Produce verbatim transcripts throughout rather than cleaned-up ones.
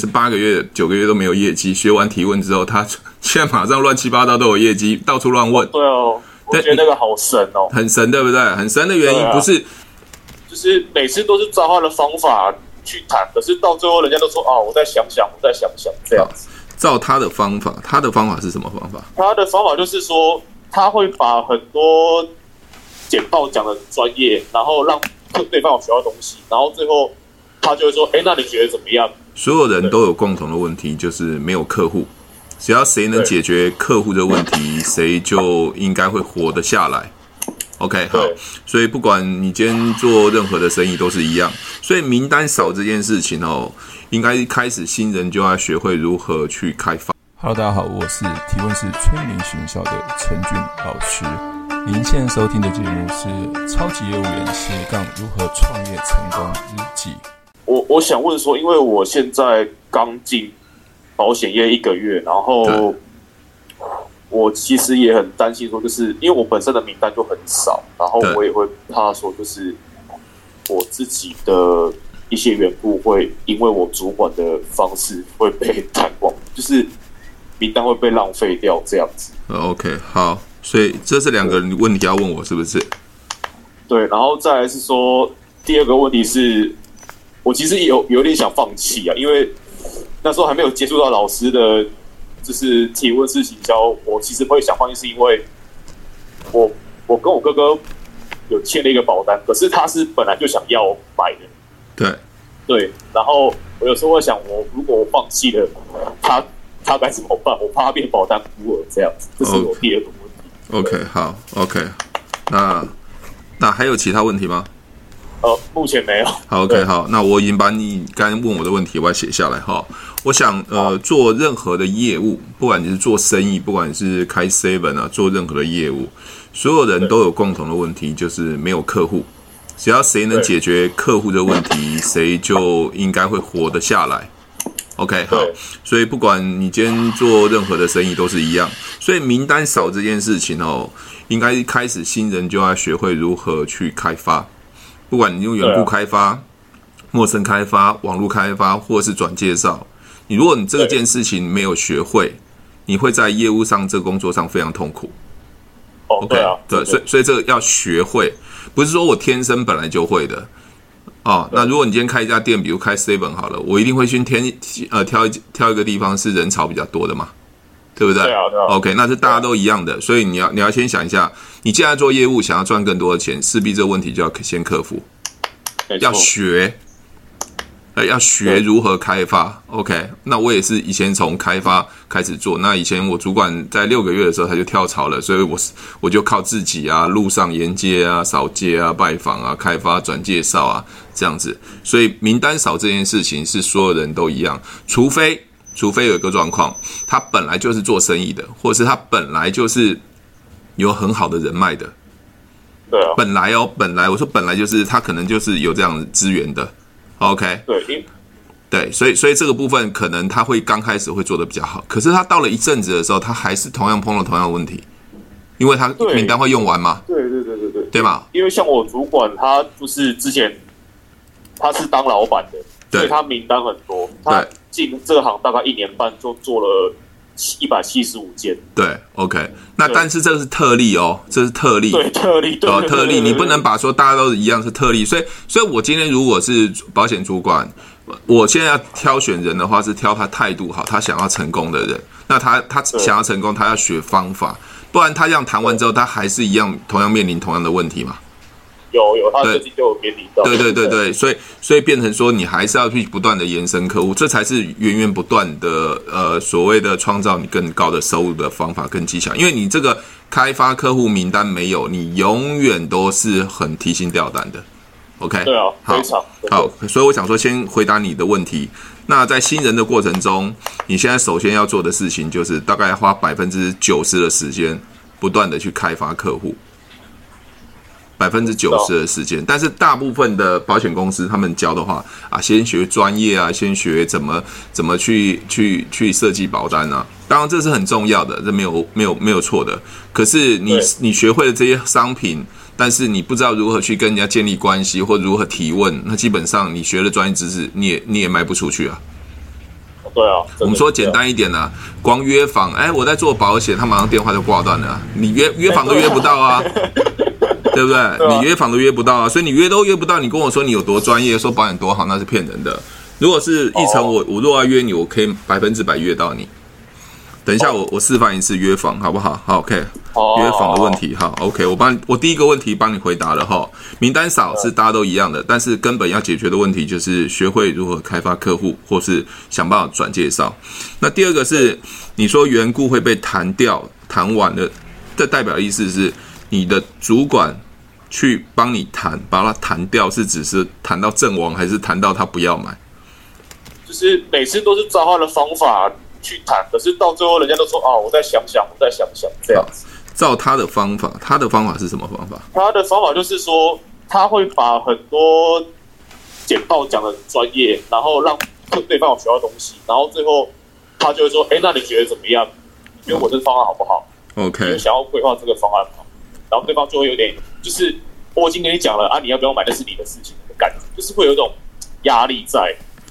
是八个月、九个月都没有业绩，学完提问之后，他现在马上乱七八糟都有业绩，到处乱问。 对哦，我觉得那个好神哦， 很神，对不对？很神的原因不是， 啊、就是每次都是照他的方法去谈，可是到最后人家都说啊，我再想想，我再想想这样子。 照他的方法，他的方法是什么方法？ 他的方法就是说，他会把很多简报讲得很专业，然后让对方有学到东西，然后最后他就会说：“哎，那你觉得怎么样？” 所有人都有共同的问题，就是没有客户。只要谁能解决客户的问题，谁就应该会活得下来。OK， 好，所以不管你今天做任何的生意都是一样。所以名单少这件事情哦，应该一开始新人就要学会如何去开发。 Hello， 大家好，我是提问式催眠学校的陈俊老师。您现在收听的节目是《超级业务员斜杠如何创业成功日记》。 我我想问说，因为我现在刚进保险业一个月，然后我其实也很担心说，就是因为我本身的名单就很少，然后我也会怕说，就是我自己的一些缘故会因为我主管的方式会被淡忘，就是名单会被浪费掉这样子。 OK， 好，所以这是两个问题要问我，是不是？ 对，然后再来是说，第二个问题是，我其实有有点想放弃啊，因为那时候还没有接触到老师的，就是提问式行销，我其实会想放弃，是因为我我跟我哥哥有签了一个保单，可是他是本来就想要买的， 对对，然后我有时候会想，我如果我放弃了，他他该怎么办？我怕他变保单孤儿这样子，这是我第二个问题。 OK， 好 ，OK， 那那还有其他问题吗？ 呃，目前没有。 好 ，OK， 好，那我已经把你刚刚问我的问题我要写下来哈。我想，呃，做任何的业务，不管你是做生意，不管你是开 seven 啊，做任何的业务，所有人都有共同的问题，就是没有客户。只要谁能解决客户的问题，谁就应该会活得下来。OK， 好，所以不管你今天做任何的生意都是一样。所以名单少这件事情哦，应该一开始新人就要学会如何去开发。不管你用缘故开发、陌生开发、网络开发，或是转介绍，你如果你这件事情没有学会，你会在业务上、这个工作上非常痛苦。 哦， OK， 对啊， 对，所以所以这个要学会，不是说我天生本来就会的。哦，那如果你今天开一家店，比如开 seven 好了，我一定会去天呃挑一挑一个地方是人潮比较多的嘛，对不对？ 对啊，对啊。 OK， 那是大家都一样的，所以你要你要先想一下，你既然做业务，想要赚更多的钱，势必这个问题就要先克服，要学，呃，要学如何开发。OK， 那我也是以前从开发开始做，那以前我主管在六个月的时候他就跳槽了，所以我我就靠自己啊，路上沿街啊、扫街啊、拜访啊、开发、转介绍啊这样子。所以名单少这件事情是所有人都一样，除非除非有一个状况，他本来就是做生意的，或者是他本来就是有很好的人脉的。 对啊， 本来哦，本来我说本来就是他可能就是有这样的资源的。OK， 对， 对，所以所以这个部分可能他会刚开始会做得比较好，可是他到了一阵子的时候，他还是同样碰到同样的问题，因为他名单会用完嘛。 对对对对对， 对嘛？ 因为像我主管，他就是之前他是当老板的，所以他名单很多。他进这行大概一年半，就做了一百七十五件。 对 ，OK， 那但是这是特例哦，这是特例， 对特例，对哦，特例，你不能把说大家都是一样是特例，所以，所以我今天如果是保险主管，我现在要挑选人的话，是挑他态度好，他想要成功的人。那他他想要成功，他要学方法，不然他这样谈完之后，他还是一样同样面临同样的问题嘛。 有有，他最近就有面临到。 对对对对，所以所以变成说，你还是要去不断的延伸客户，这才是源源不断的呃所谓的创造你更高的收入的方法跟技巧。因为你这个开发客户名单没有，你永远都是很提心吊胆的。OK， 对啊， 好， 非常好，所以我想说，先回答你的问题。那在新人的过程中，你现在首先要做的事情，就是大概花百分之九十的时间，不断的去开发客户。百分之九十的时间，但是大部分的保险公司他们教的话啊，先学专业啊，先学怎么怎么去去去设计保单啊。当然这是很重要的，这没有没有没有错的。可是你你学会了这些商品，但是你不知道如何去跟人家建立关系或如何提问，那基本上你学了专业知识，你也你也卖不出去啊。 对啊。 我们说简单一点啊，光约访，哎，我在做保险，他马上电话就挂断了、啊，你约约访都约不到啊，对不对？对啊、你约访都约不到啊，所以你约都约不到，你跟我说你有多专业，说保险多好，那是骗人的。如果是奕成，我我如果要约你，我可以百分之百约到你。等一下我，我我示范一次约访，好不好？好 ，OK。约访的问题，好 ，OK。我帮我第一个问题帮你回答了哈。名单少是大家都一样的，但是根本要解决的问题就是学会如何开发客户，或是想办法转介绍。那第二个是你说缘故会被谈掉，谈完了，这代表的意思是你的主管去帮你谈，把它谈掉，是只是谈到阵亡，还是谈到他不要买？ 就是每次都是照他的方法去谈，可是到最后人家都说啊，我再想想，我再想想，这样子。 照他的方法，他的方法是什么方法？ 他的方法就是说，他会把很多简报讲得很专业，然后让对方有学到东西，然后最后他就会说，哎，那你觉得怎么样？你觉得我这个方案好不好 ？OK， 你想要规划这个方案吗？然后对方就会有点，就是我已经跟你讲了啊，你要不要买那是你的事情的感觉，就是会有一种压力在。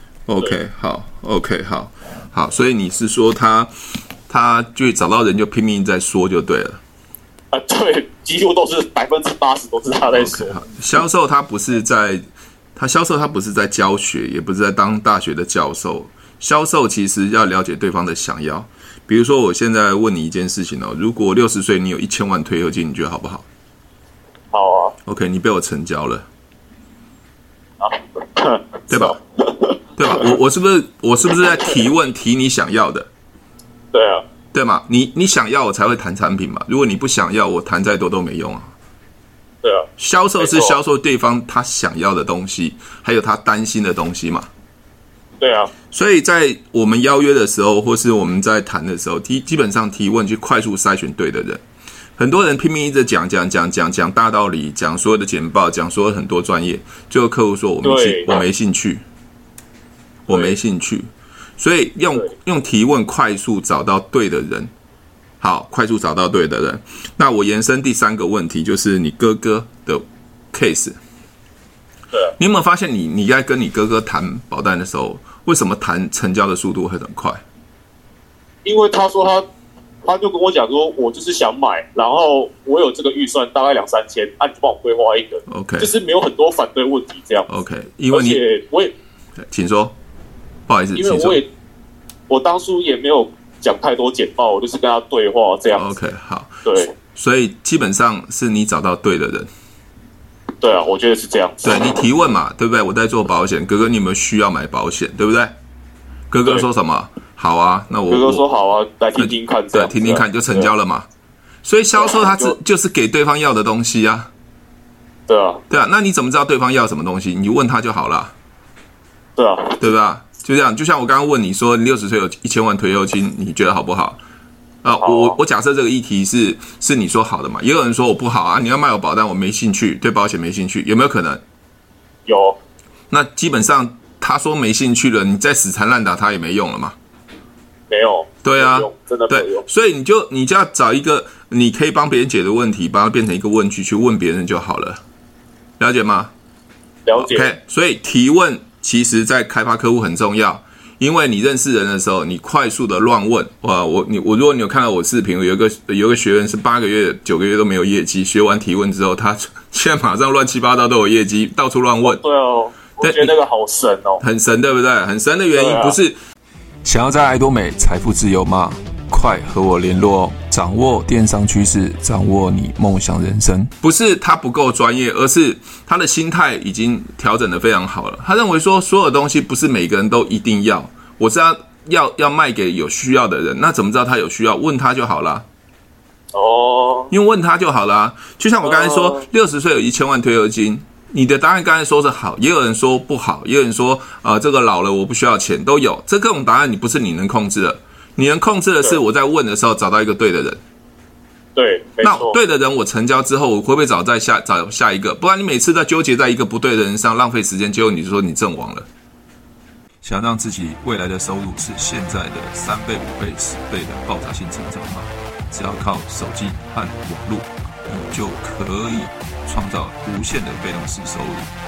OK， 好 ，OK， 好，好，所以你是说他他就找到人就拼命在说就对了。 啊，对，几乎都是百分之八十都是他在说。 Okay, 销售他不是在，他销售他不是在教学，也不是在当大学的教授。销售其实要了解对方的想要。比如说，我现在问你一件事情哦，如果六十岁你有一千万退休金，你觉得好不好？ 好啊。 OK， 你被我成交了。 啊， 对吧？对吧？我我是不是我是不是在提问提你想要的？ 对啊。 对嘛？你你想要我才会谈产品嘛。如果你不想要，我谈再多都没用啊。 对啊。 销售是销售对方他想要的东西，还有他担心的东西嘛。 对啊。 所以在我们邀约的时候，或是我们在谈的时候，基基本上提问去快速筛选对的人。很多人拼命一直讲讲讲讲讲大道理，讲所有的简报，讲所有很多专业，最后客户说我没兴我没兴趣，我没兴趣。所以用用提问快速找到对的人，好，快速找到对的人。那我延伸第三个问题，就是你哥哥的 case。 对啊。 你有没有发现你，你你在跟你哥哥谈保单的时候，为什么谈成交的速度会很快？ 因为他说他，他就跟我讲说，我就是想买，然后我有这个预算，大概两三千，啊，你就帮我规划一个 ，OK， 就是没有很多反对问题这样 ，OK， 因为你， 而且我也， 请说。不好意思， 因为我也，我当初也没有讲太多简报，我就是跟他对话这样子。 OK， 好， 对， 所以基本上是你找到对的人。 对啊，我觉得是这样子。 对，你提问嘛，对不对？我在做保险，哥哥，你有没有需要买保险？对不对？哥哥说什么？好啊，那我哥哥说好啊，来听听看， 对，听听看就成交了嘛。所以销售他是就是给对方要的东西啊。 对啊， 对啊，那你怎么知道对方要什么东西？你问他就好了。 对啊， 对吧？就这样，就像我刚刚问你说，你六十岁有一千万退休金，你觉得好不好？啊，我我假设这个议题是是你说好的嘛？也有人说我不好啊，你要卖我保单，我没兴趣，对保险没兴趣，有没有可能？ 有。 那基本上他说没兴趣了，你再死缠烂打他也没用了嘛？ 没有。 对啊， 真的没有用。 所以你就你就要找一个你可以帮别人解的问题，把它变成一个问句去问别人就好了，了解吗？ 了解。 OK， 所以提问。其实，在开发客户很重要，因为你认识人的时候，你快速的乱问，哇，我你我，如果你有看到我视频，有一个有一个学员是八个月、九个月都没有业绩，学完提问之后，他现在马上乱七八糟都有业绩，到处乱问。 对哦，我觉得那个好神哦， 很神，对不对？很神的原因不是、啊、 想要在爱多美财富自由吗？快和我联络哦！掌握电商趋势，掌握你梦想人生。 不是他不够专业，而是他的心态已经调整得非常好了。他认为说，所有东西不是每个人都一定要，我是要要要卖给有需要的人。那怎么知道他有需要？问他就好了。 哦， 因为问他就好了。就像我刚才说，六十岁有一千万退休金，你的答案刚才说是好，也有人说不好，也有人说啊、呃，这个老了我不需要钱，都有。这各种答案你不是你能控制的。你能控制的是我在问的时候找到一个对的人。 对， 那对的人我成交之后，我会不会找再下找下一个？不然你每次在纠结在一个不对的人上浪费时间，结果你就说你阵亡了。 想让自己未来的收入是现在的三倍、五倍、十倍的爆炸性成长吗？只要靠手机和网络，你就可以创造无限的被动式收入。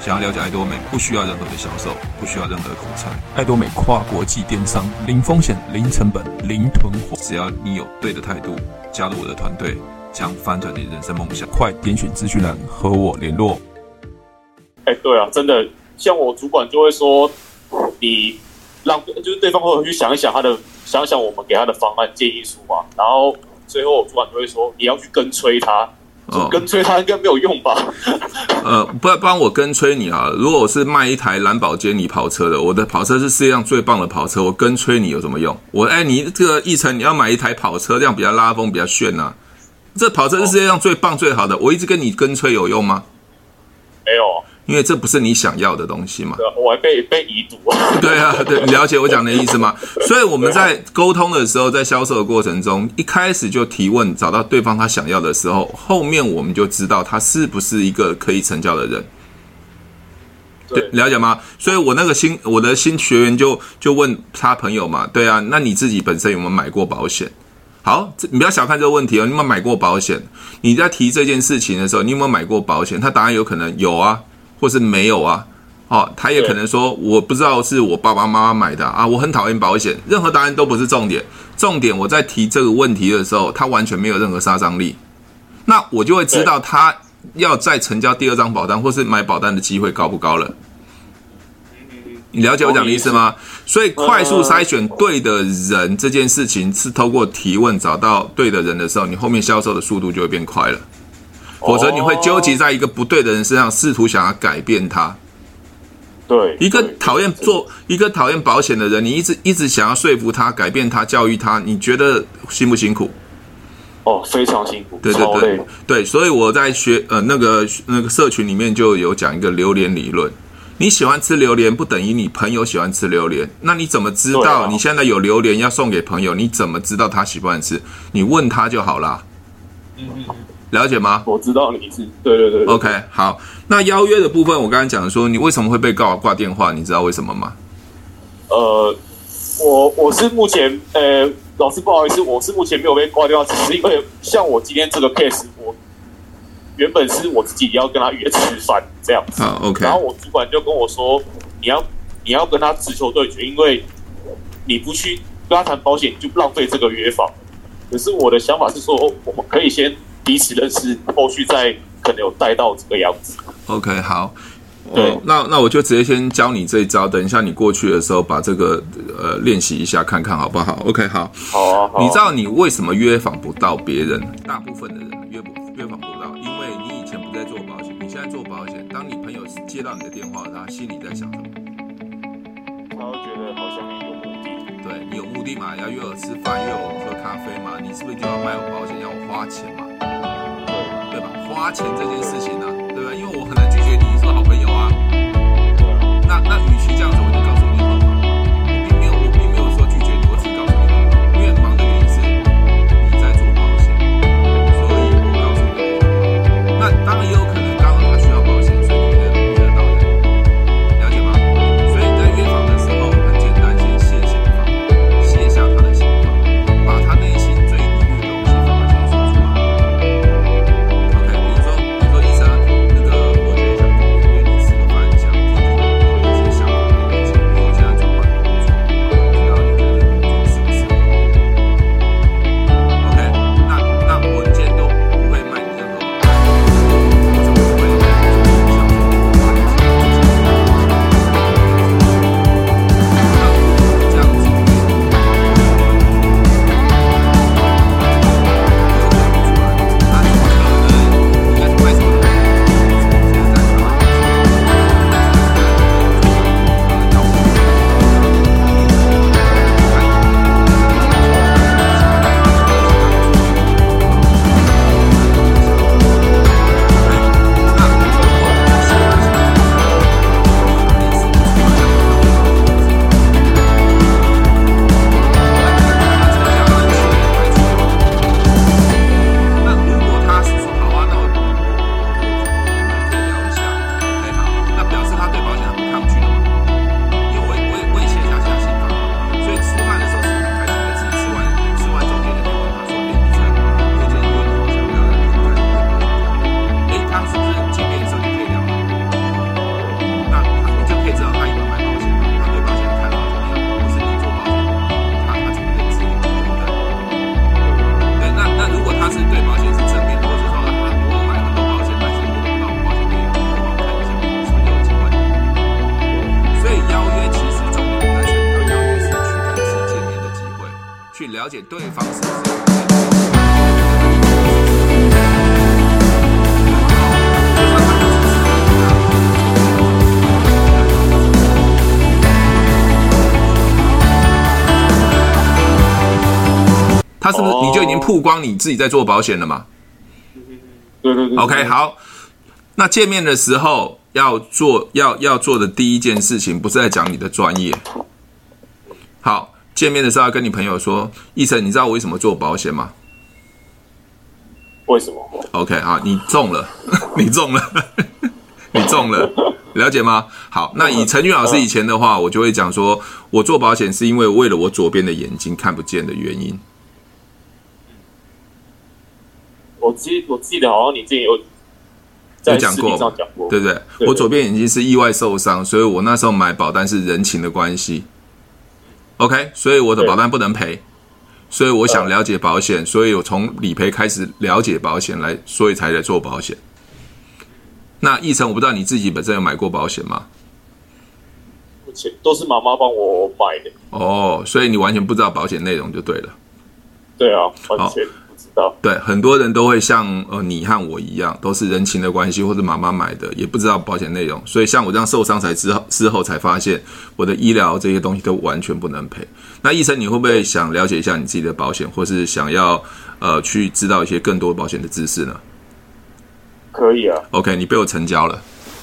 想要了解爱多美，不需要任何的销售，不需要任何的口才。 爱多美跨国际电商，零风险、零成本、零囤货。 只要你有对的态度，加入我的团队，将翻转你人生梦想。 快点选资讯栏和我联络。 哎，对啊，真的，像我主管就会说，你让就是对方会回去想一想他的，想一想我们给他的方案建议书嘛，然后最后我主管就会说，你要去跟催他。哦、跟催他应该没有用吧？ 呃，不然帮我跟催你啊！如果我是卖一台兰博基尼跑车的，我的跑车是世界上最棒的跑车，我跟催你有什么用？我哎，你这个奕成你要买一台跑车，这样比较拉风，比较炫啊！这跑车是世界上最棒最好的，我一直跟你跟催有用吗？ 没有， 因为这不是你想要的东西嘛。 对啊，我还被被遗毒啊。 对啊，对，你了解我讲的意思吗？所以我们在沟通的时候，在销售的过程中，一开始就提问，找到对方他想要的时候，后面我们就知道他是不是一个可以成交的人。对，了解吗？所以我那个新我的新学员就就问他朋友嘛，对啊，那你自己本身有没有买过保险？好，你不要小看这个问题哦，你有没有买过保险？你在提这件事情的时候，你有没有买过保险？他答案有可能有啊，或是没有啊。哦，他也可能说我不知道是我爸爸妈妈买的啊，我很讨厌保险。任何答案都不是重点，重点我在提这个问题的时候，他完全没有任何杀伤力。那我就会知道他要再成交第二张保单或是买保单的机会高不高了。你了解我讲的意思吗？所以快速筛选对的人这件事情是透过提问找到对的人的时候，你后面销售的速度就会变快了。否则你会纠结在一个不对的人身上，试图想要改变他。 对， 一个讨厌做一个讨厌保险的人，你一直一直想要说服他、改变他、教育他，你觉得辛不辛苦？ 哦，非常辛苦， 对对对对，所以我在学呃那个那个社群里面就有讲一个榴莲理论。你喜欢吃榴莲，不等于你朋友喜欢吃榴莲。那你怎么知道你现在有榴莲要送给朋友？你怎么知道他喜欢吃？你问他就好啦。 嗯嗯。 了解吗？ 我知道你是对对 对, 對。 OK， 好，那邀约的部分，我刚才讲说，你为什么会被告挂电话？你知道为什么吗？ 呃，我我是目前，呃，老师不好意思，我是目前没有被挂电话，只是因为像我今天这个 case， 我原本是我自己要跟他约吃饭这样子， 好 OK， 然后我主管就跟我说，你要你要跟他直球对决，因为你不去跟他谈保险，就浪费这个约访。可是我的想法是说，我们可以先彼此认识，后续再可能有带到这个样子。 OK， 好， 对， 哦、那那我就直接先教你这一招，等一下你过去的时候把这个呃练习一下，看看好不好 ？OK， 好。 好啊，好啊。 你知道你为什么约访不到别人？大部分的人约不约访不到，因为你以前不在做保险，你现在做保险。当你朋友接到你的电话，他心里在想什么？ 他会觉得好像你有目的。 对你有目的嘛？要约我吃饭，约我喝咖啡嘛？你是不是就要卖我保险，要我花钱嘛？对吧？花钱这件事情呢、啊，对吧？因为我很难拒绝你，是好朋友啊。那那与其这样子，我就告诉你方法。我并没有，我并没有说拒绝你，我只告诉你方法。因为忙的原因是你在做保险，所以我告诉你方法。那当然也有可能，刚好他需要保险，所以你约约得到人，了解吗？所以你在约访的时候，很简单，先卸心防，卸下他的心防，把他内心最疑虑的东西放在先说出来。OK， 比如说，比如说医生，那个我觉得想约约你吃个饭，想听听你的一些想法。 了解对方是不是。他是不是你就已经曝光你自己在做保险了嘛？ 对对对。 OK， 好。那见面的时候要做要要做的第一件事情，不是在讲你的专业。好，见面的时候要跟你朋友说，奕晨，你知道我为什么做保险吗？ 为什么 ？OK 啊，你中了，你中了，你中了，了解吗？好，那以陈俊老师以前的话，我就会讲说，我做保险是因为为了我左边的眼睛看不见的原因。 我记我记得好像你之前有在视频上讲过， 对不对？对，我左边眼睛是意外受伤，所以我那时候买保单是人情的关系。OK， 所以我的保单不能赔，所以我想了解保险，所以我从理赔开始了解保险来，所以才来做保险。那奕晨，我不知道你自己本身有买过保险吗？ 都是妈妈帮我买的。 哦，所以你完全不知道保险内容就对了。 对啊，完全。 对，很多人都会像呃你和我一样，都是人情的关系或者妈妈买的，也不知道保险内容，所以像我这样受伤才之后之后才发现，我的医疗这些东西都完全不能赔。那医生，你会不会想了解一下你自己的保险，或是想要呃去知道一些更多保险的知识呢？ 可以啊。 OK， 你被我成交了。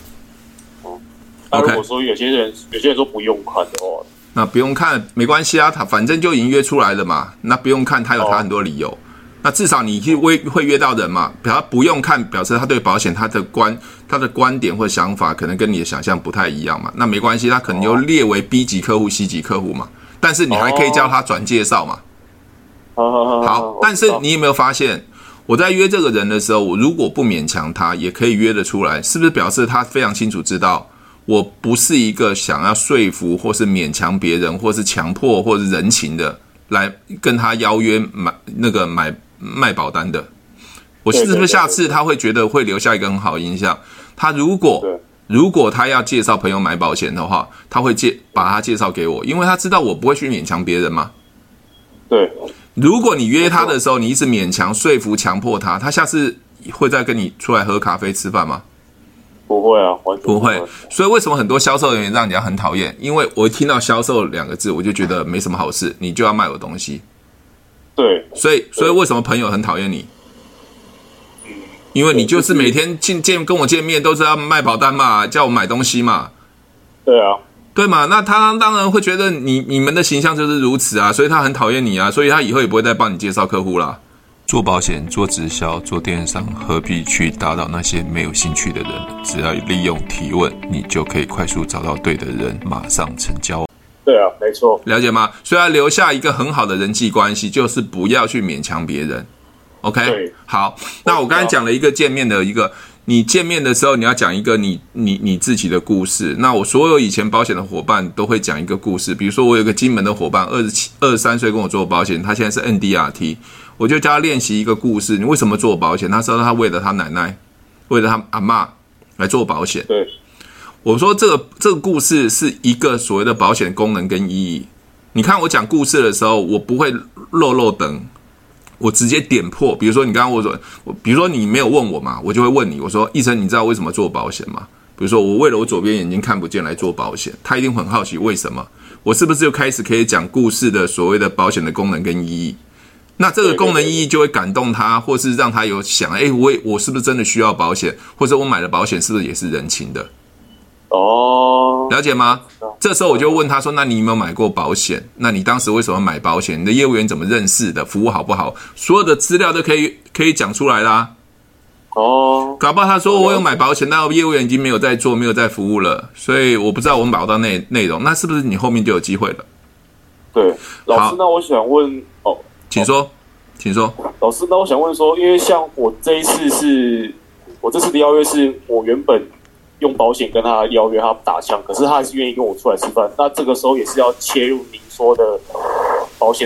那如果说有些人有些人说不用看的话， 那不用看没关系啊，他反正就已经约出来了嘛，那不用看，他有他很多理由。哦，那至少你会会约到人嘛？表示不用看，表示他对保险他的观他的观点或想法可能跟你的想象不太一样嘛。那没关系，他可能就列为 B 级客户、C 级客户嘛。但是你还可以叫他转介绍嘛。 哦、 好，但是你有没有发现，我在约这个人的时候，我如果不勉强他，也可以约得出来，是不是表示他非常清楚知道我不是一个想要说服或是勉强别人，或是强迫或是人情的来跟他邀约买那个买。卖保单的，我是不是下次他会觉得会留下一个很好的印象？他如果如果他要介绍朋友买保险的话，他会介把他介绍给我，因为他知道我不会去勉强别人嘛。 对， 如果你约他的时候，你一直勉强说服、强迫他，他下次会再跟你出来喝咖啡、吃饭吗？ 不会啊，完全不会。所以为什么很多销售人员让人家很讨厌？因为我一听到销售两个字，我就觉得没什么好事，你就要卖我东西。 对， 所以所以为什么朋友很讨厌你？因为你就是每天见见跟我见面都是要卖保单嘛，叫我买东西嘛。 对啊， 对嘛？那他当然会觉得你你们的形象就是如此啊，所以他很讨厌你啊，所以他以后也不会再帮你介绍客户啦。 做保险、做直销、做电商，何必去打扰那些没有兴趣的人？只要利用提问，你就可以快速找到对的人，马上成交。 对啊，没错， 了解吗？所以要留下一个很好的人际关系，就是不要去勉强别人。OK， 好，那我刚才讲了一个见面的一个，你见面的时候你要讲一个你你你自己的故事。那我所有以前保险的伙伴都会讲一个故事，比如说我有个金门的伙伴，二十七、二十三岁跟我做保险，他现在是 N D R T， 我就教他练习一个故事。你为什么做保险？他说他为了他奶奶，为了他阿嬷来做保险。 对。 我说这个这个故事是一个所谓的保险功能跟意义。你看我讲故事的时候，我不会漏漏等，我直接点破。比如说你刚刚我说，比如说你没有问我嘛，我就会问你，我说奕晨，你知道为什么做保险吗？比如说我为了我左边眼睛看不见来做保险，他一定很好奇为什么。我是不是就开始可以讲故事的所谓的保险的功能跟意义？那这个功能意义就会感动他，或是让他有想，哎，我我是不是真的需要保险，或者我买的保险是不是也是人情的？ 哦， 了解吗？这时候我就问他说：“那你有没有买过保险？那你当时为什么买保险？你的业务员怎么认识的？服务好不好？所有的资料都可以可以讲出来啦。” 哦， 搞不好他说我有买保险，但业务员已经没有在做，没有在服务了，所以我不知道我们保到内内容，那是不是你后面就有机会了？ 对，老师，那我想问哦， 请说，请说。 老师，那我想问说，因为像我这一次是，我这次的邀约是我原本用保险跟他邀约，他打枪，可是他还是愿意跟我出来吃饭。那这个时候也是要切入您说的保险的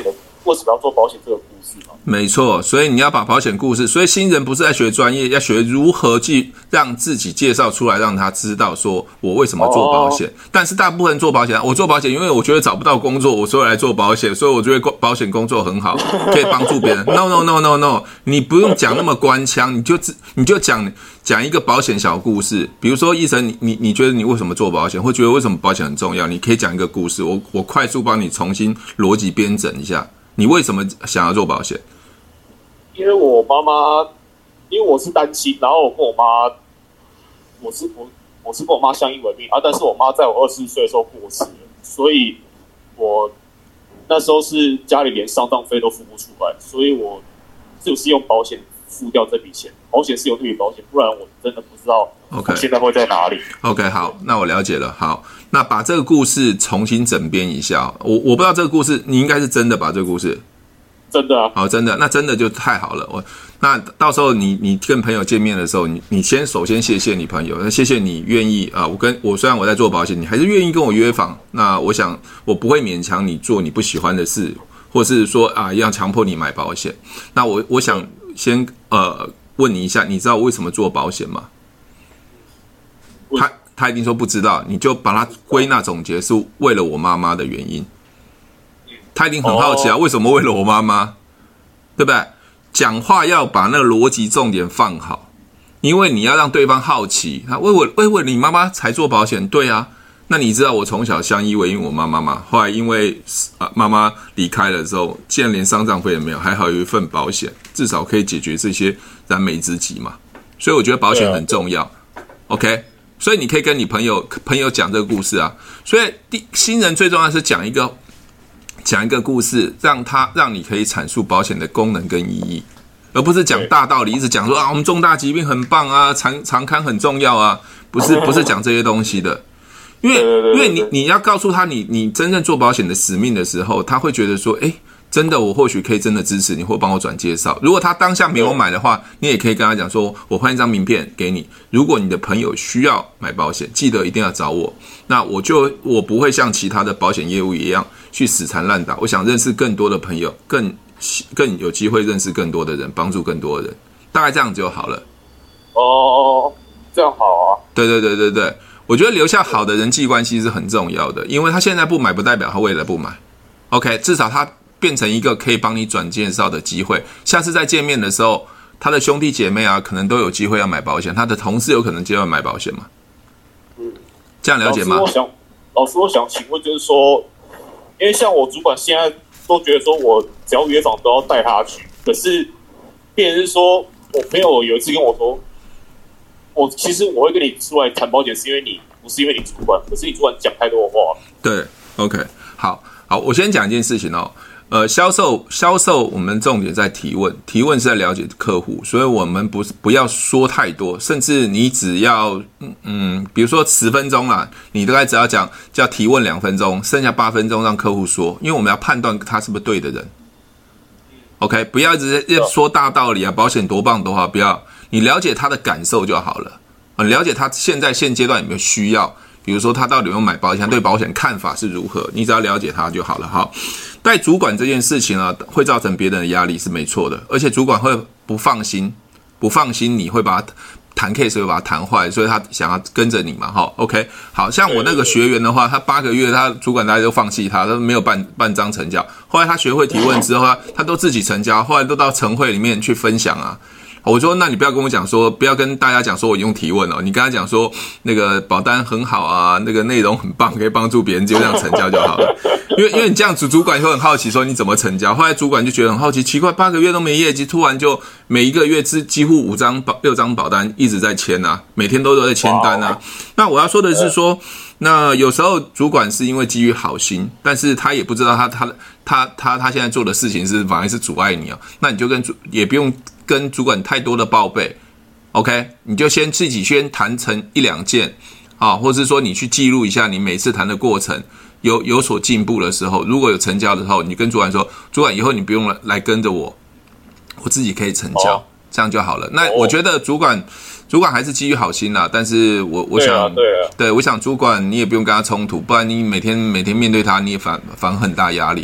为什么要做保险这个故事嘛。 没错，所以你要把保险故事，所以新人不是在学专业，要学如何去让自己介绍出来，让他知道说我为什么做保险。哦、但是大部分人做保险，我做保险，因为我觉得找不到工作，我所以来做保险，所以我觉得保险工作很好，可以帮助别人。No no no no no， 你不用讲那么官腔，你就你就讲讲一个保险小故事，比如说医生，你你你觉得你为什么做保险，或觉得为什么保险很重要，你可以讲一个故事，我我快速帮你重新逻辑编整一下，你为什么想要做保险？ 因为我妈妈，因为我是单亲，然后我跟我妈，我是我我是跟我妈相依为命啊，但是我妈在我二十四岁的时候过世了，所以我那时候是家里连丧葬费都付不出来，所以我就是用保险付掉这笔钱，保险是有这笔保险，不然我真的不知道我现在会在哪里。 OK， 好，那我了解了。好，那把这个故事重新整编一下。我我不知道这个故事，你应该是真的吧？这个故事。 真的啊， 好，真的，那真的就太好了。我那到时候你你跟朋友见面的时候，你你先首先谢谢你朋友，那谢谢你愿意啊、呃，我跟我虽然我在做保险，你还是愿意跟我约访。那我想我不会勉强你做你不喜欢的事，或是说啊要强迫你买保险。那我我想先呃问你一下，你知道我为什么做保险吗？他他一定说不知道，你就把它归纳总结是为了我妈妈的原因。他一定很好奇啊，为什么为了我妈妈，对不对？讲话要把那个逻辑重点放好，因为你要让对方好奇，他为我为为你妈妈才做保险，对啊。那你知道我从小相依为命我妈妈吗？后来因为啊妈妈离开了之后，竟然连丧葬费也没有，还好有一份保险，至少可以解决这些燃眉之急嘛。所以我觉得保险很重要。OK， 所以你可以跟你朋友朋友讲这个故事啊。所以新人最重要的是讲一个。讲一个故事，让他让你可以阐述保险的功能跟意义，而不是讲大道理，一直讲说啊，我们重大疾病很棒啊，长长康很重要啊，不是不是讲这些东西的，因为因为你你要告诉他你你真正做保险的使命的时候，他会觉得说，哎，真的我或许可以真的支持你，或帮我转介绍。如果他当下没有买的话，你也可以跟他讲说，我换一张名片给你，如果你的朋友需要买保险，记得一定要找我。那我就我不会像其他的保险业务一样去死缠烂打，我想认识更多的朋友，更更有机会认识更多的人，帮助更多的人，大概这样就好了。 哦，这样好啊。 对对对对对，我觉得留下好的人际关系是很重要的，因为他现在不买不代表他未来不买。OK， 至少他变成一个可以帮你转介绍的机会，下次再见面的时候，他的兄弟姐妹啊，可能都有机会要买保险，他的同事有可能就要买保险嘛。 嗯， 这样了解吗？ 老师，我想，老师，我想请问，就是说，因为像我主管现在都觉得说我只要约访都要带他去，可是，变成是说我朋友有一次跟我说，我其实我会跟你出来谈保险，是因为你不是因为你主管，可是你主管讲太多话。 对 ，OK， 好，好，我先讲一件事情哦。呃，销售销售，我们重点在提问，提问是在了解客户，所以我们不是不要说太多，甚至你只要嗯嗯，比如说十分钟啦，你大概只要讲叫提问两分钟，剩下八分钟让客户说，因为我们要判断他是不是对的人。OK， 不要一直说大道理啊，保险多棒多好，不要，你了解他的感受就好了，你了解他现在现阶段有没有需要。比如说他到底有没有买保险，他对保险看法是如何，你只要了解他就好了。好，带主管这件事情呢，会造成别人的压力是没错的，而且主管会不放心，不放心你会把他谈 case 会把他谈坏，所以他想要跟着你嘛。哈 ，OK， 好像我那个学员的话，他八个月他主管大家都放弃他，他没有办半张成交。后来他学会提问之后，他都自己成交，后来都到晨会里面去分享啊。我说，那你不要跟我讲说，不要跟大家讲说我用提问哦，你跟他讲说那个保单很好啊，那个内容很棒，可以帮助别人，就这样成交就好了。因为因为你这样子，主管会很好奇说你怎么成交。后来主管就觉得很好奇，奇怪，八个月都没业绩，突然就每一个月之几乎五张保六张保单一直在签啊，每天都在签单啊。那我要说的是说，那有时候主管是因为基于好心，但是他也不知道他他他他他现在做的事情是反而是阻碍你啊。那你就跟主也不用跟主管太多的报备 ，OK， 你就先自己先谈成一两件啊，或是说你去记录一下你每次谈的过程，有有所进步的时候，如果有成交的时候，你跟主管说，主管以后你不用来跟着我，我自己可以成交，哦、这样就好了。那我觉得主管、哦、主管还是基于好心啦，但是我我想， 对啊，对啊， 对，我想主管你也不用跟他冲突，不然你每天每天面对他，你也反反很大压力。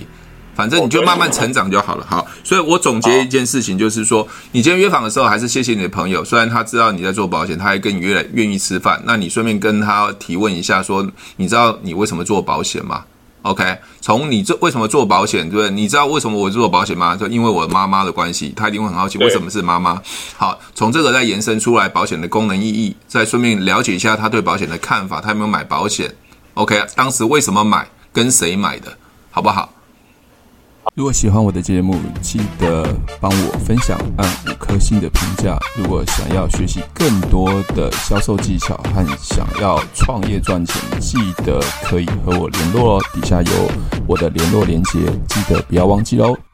反正你就慢慢成长就好了。好，所以我总结一件事情，就是说，你今天约访的时候，还是谢谢你的朋友，虽然他知道你在做保险，他还跟你约愿意吃饭，那你顺便跟他提问一下，说，你知道你为什么做保险吗？ OK， 从你这为什么做保险，对不对？你知道为什么我做保险吗？就因为我妈妈的关系，他一定会很好奇为什么是妈妈。好，从这个再延伸出来保险的功能意义，再顺便了解一下他对保险的看法，他有没有买保险 ？OK， 当时为什么买，跟谁买的，好不好？ 如果喜欢我的节目，记得帮我分享，按五颗星的评价。如果想要学习更多的销售技巧和想要创业赚钱，记得可以和我联络哦。底下有我的联络连结，记得不要忘记哦。